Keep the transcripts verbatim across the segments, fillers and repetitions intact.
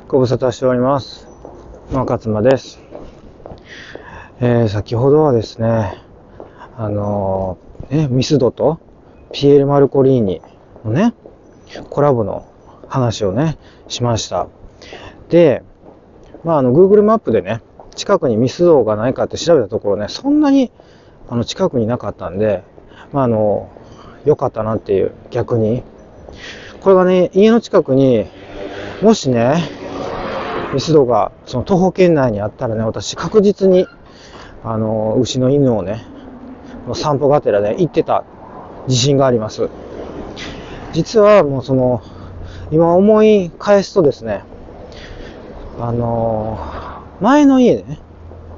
ご無沙汰しております。まあ、勝間です。えー、先ほどはですね、あのー、ね、ミスドとピエール・マルコリーニのね、コラボの話をね、しました。で、まあ、あの、Google マップでね、近くにミスドがないかって調べたところね、そんなに、あの、近くになかったんで、まあ、あの、良かったなっていう、逆に。これがね、家の近くに、もしね、ミスドがその徒歩圏内にあったらね、私確実にあの牛の犬をね散歩がてらで、ね、行ってた自信があります。実はもうその今思い返すとですね、あの前の家でね、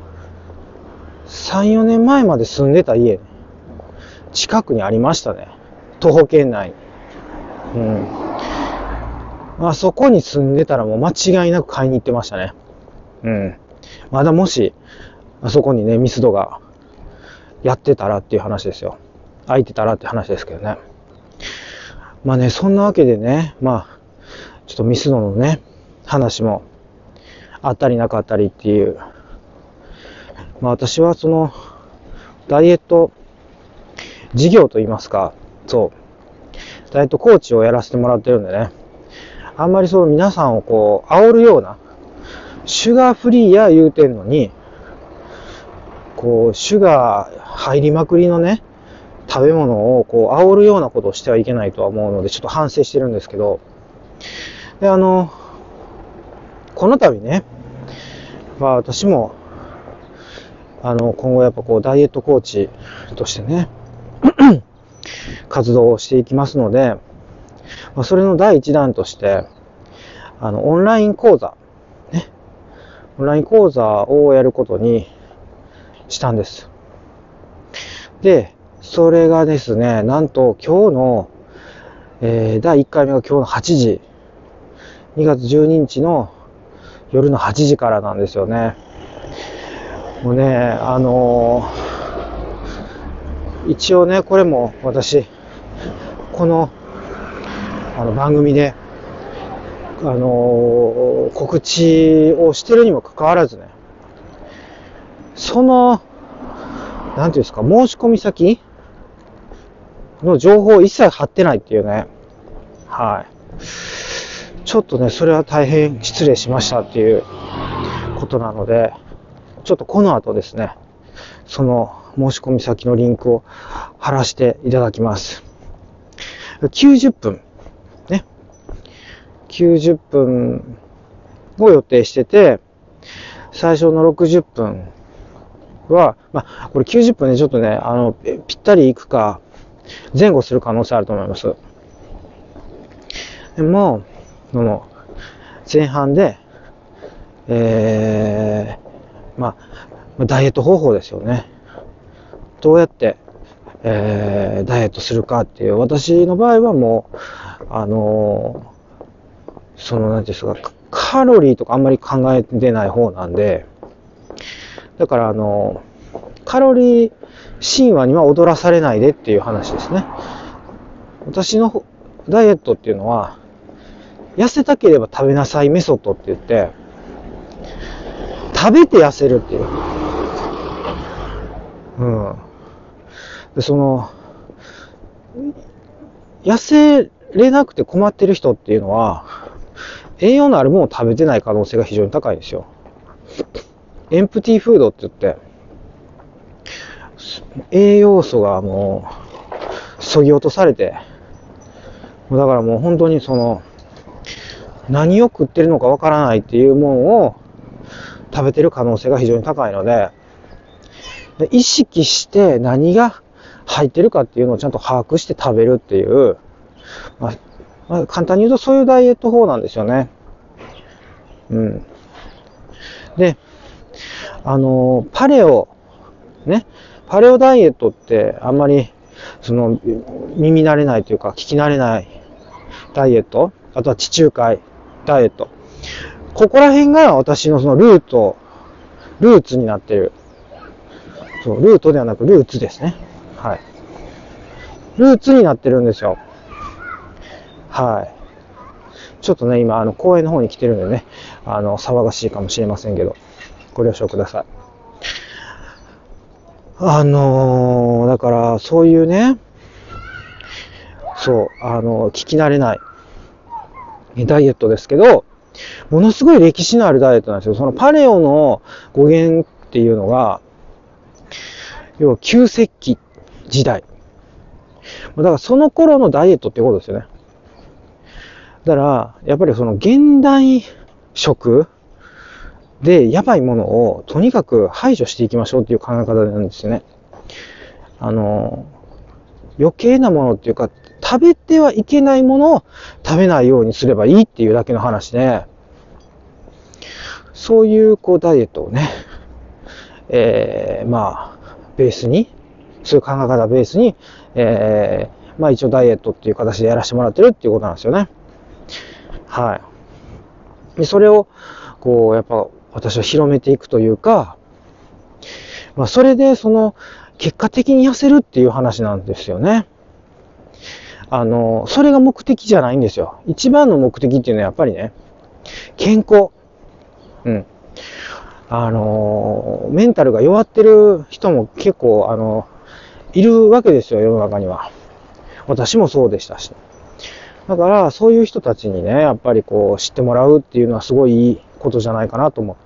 さん、よねんまえまで住んでた家、ね、近くにありましたね。徒歩圏内。うん。まあそこに住んでたらもう間違いなく買いに行ってましたね。うん。まだもし、あそこにね、ミスドがやってたらっていう話ですよ。空いてたらって話ですけどね。まあね、そんなわけでね、まあ、ちょっとミスドのね、話もあったりなかったりっていう。まあ私はその、ダイエット事業といいますか、そう、ダイエットコーチをやらせてもらってるんでね、あんまりその皆さんをこう、煽るような、シュガーフリーや言うてんのに、こう、シュガー入りまくりのね、食べ物をこう、煽るようなことをしてはいけないとは思うので、ちょっと反省してるんですけど、で、あの、この度ね、まあ私も、あの、今後やっぱこう、ダイエットコーチとしてね、活動をしていきますので、まあ、それの第一弾として、あの、オンライン講座、ね、オンライン講座をやることにしたんです。で、それがですね、なんと今日の、えー、だいいっかいめが今日のはちじ、にがつじゅうににちの夜のはちじからなんですよね。もうね、あのー、一応ね、これも私、この、あの番組で、あのー、告知をしてるにもかかわらずね、その、なんていうんですか、申し込み先の情報を一切貼ってないっていうね。はい。ちょっとね、それは大変失礼しましたっていうことなので、ちょっとこの後ですね、その申し込み先のリンクを貼らせていただきます。きゅうじゅっぷん。ね。きゅうじゅっぷんを予定してて、最初のろくじゅっぷんは、まあ、これきゅうじゅっぷんでちょっとね、あの、ぴったり行くか、前後する可能性あると思います。でも、その、前半で、えー、まあ、ダイエット方法ですよね。どうやって、えー、ダイエットするかっていう、私の場合はもう、あのー、その、なんていうんですか、カロリーとかあんまり考えてない方なんで、だから、あのー、カロリー神話には踊らされないでっていう話ですね。私のダイエットっていうのは、痩せたければ食べなさいメソッドって言って、食べて痩せるっていう。うん。で、その、痩せれなくて困ってる人っていうのは、栄養のあるものを食べてない可能性が非常に高いんですよ。エンプティーフードって言って、栄養素がもう、削ぎ落とされて、だからもう本当にその、何を食ってるのかわからないっていうものを食べてる可能性が非常に高いので、で意識して何が入ってるかっていうのをちゃんと把握して食べるっていう、まあまあ、簡単に言うとそういうダイエット法なんですよね。うん。で、あの、パレオ、ね、パレオダイエットってあんまり、その、耳慣れないというか、聞き慣れないダイエット、あとは地中海ダイエット。ここら辺が私のそのルート、ルーツになっている。そう、ルートではなくルーツですね。はい。ルーツになってるんですよ。はい。 ちょっとね、今、あの、公園の方に来てるんでね、あの、騒がしいかもしれませんけど、ご了承ください。あのー、だから、そういうね、そう、あの、聞き慣れないダイエットですけど、ものすごい歴史のあるダイエットなんですよ。そのパレオの語源っていうのが、要は旧石器時代。だからその頃のダイエットってことですよね。だから、やっぱりその現代食でやばいものをとにかく排除していきましょうっていう考え方なんですよね。あの、余計なものっていうか、食べてはいけないものを食べないようにすればいいっていうだけの話で、そういうこうダイエットをね、えー、まあ、ベースに、そういう考え方をベースに、えー、まあ一応ダイエットっていう形でやらせてもらってるっていうことなんですよね。はい。で、それを、こう、やっぱ私は広めていくというか、まあそれでその、結果的に痩せるっていう話なんですよね。あの、それが目的じゃないんですよ。一番の目的っていうのはやっぱりね、健康。うん。あの、メンタルが弱ってる人も結構、あの、いるわけですよ、世の中には。私もそうでしたし。だから、そういう人たちにね、やっぱりこう、知ってもらうっていうのはすごいいいことじゃないかなと思って。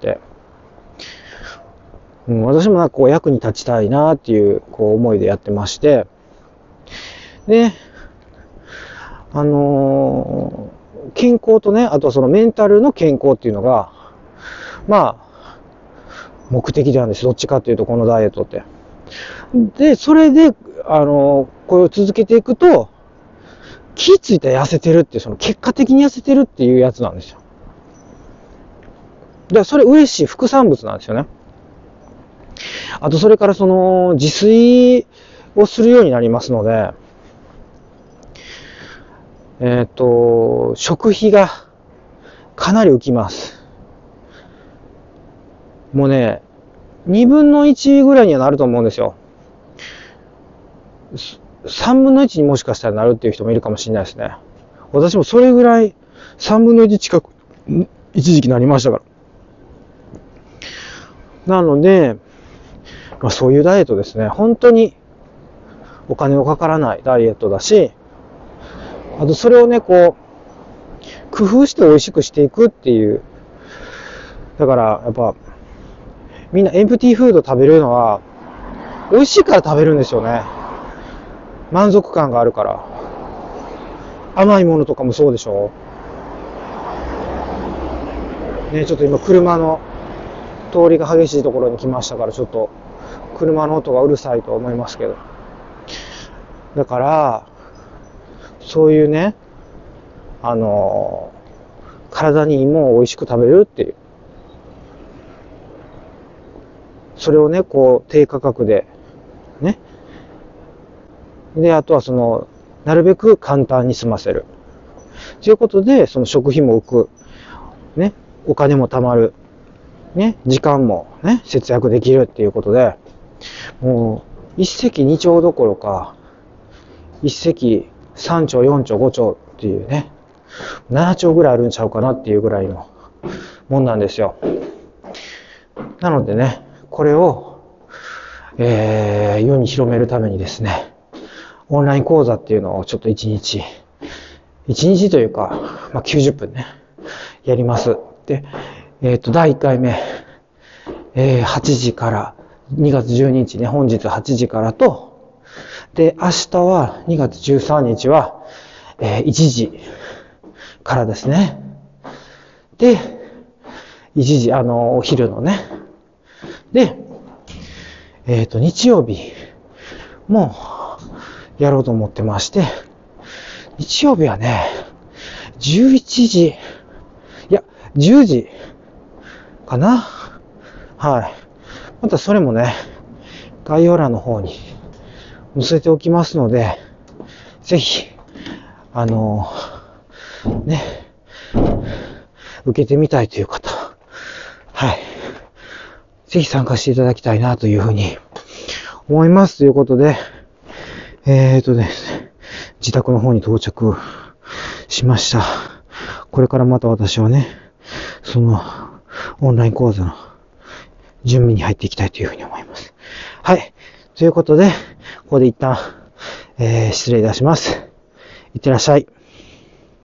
うん、私もなんかこう、役に立ちたいなっていう、こう、思いでやってまして。で、あのー、健康とね、あとはそのメンタルの健康っていうのが、まあ、目的なんです。どっちかっていうと、このダイエットって。で、それで、あのー、これを続けていくと、気ついたら痩せてるっていう、その結果的に痩せてるっていうやつなんですよ。だからそれ嬉しい副産物なんですよね。あと、それからその、自炊をするようになりますので、えっと、食費がかなり浮きます。もうね、にぶんのいちぐらいにはなると思うんですよ。さんぶんのいちにもしかしたらなるっていう人もいるかもしれないですね。私もそれぐらいさんぶんのいち近く一時期なりましたから。なので、まあ、そういうダイエットですね。本当にお金のかからないダイエットだし、あとそれをね、こう、工夫して美味しくしていくっていう。だから、やっぱ、みんなエンプティーフード食べるのは、美味しいから食べるんですよね。満足感があるから。甘いものとかもそうでしょ。ね、ちょっと今車の通りが激しいところに来ましたから、ちょっと車の音がうるさいと思いますけど。だから、そういうね、あの、体にいいものを美味しく食べるっていう。それをね、こう、低価格で、ね。で、あとはその、なるべく簡単に済ませる。ということで、その食費も浮く。ね。お金も貯まる。ね。時間もね、節約できるっていうことで、もう、一石二鳥どころか、一石三鳥四鳥五鳥っていうね、七鳥ぐらいあるんちゃうかなっていうぐらいのもんなんですよ。なのでね、これを、えー、世に広めるためにですね、オンライン講座っていうのをちょっと一日、一日というか、まあ、きゅうじゅっぷんね、やります。で、えっと、だいいっかいめ、えー、はちじから、にがつじゅうににちね、本日はちじからと、で、明日はにがつじゅうさんにちは、えー、いちじからですね。で、いちじ、あの、お昼のね。で、えっと、日曜日もやろうと思ってまして、日曜日はね、じゅういちじ、いや、じゅうじかな。はい。またそれもね、概要欄の方に載せておきますので、ぜひ、あの、ね、受けてみたいという方、はい。ぜひ参加していただきたいなというふうに思いますということで、えーとですね、自宅の方に到着しました。 これからまた私はね、その、オンライン講座の準備に入っていきたいというふうに思います。はい。ということで、ここで一旦、えー、失礼いたします。いってらっしゃい。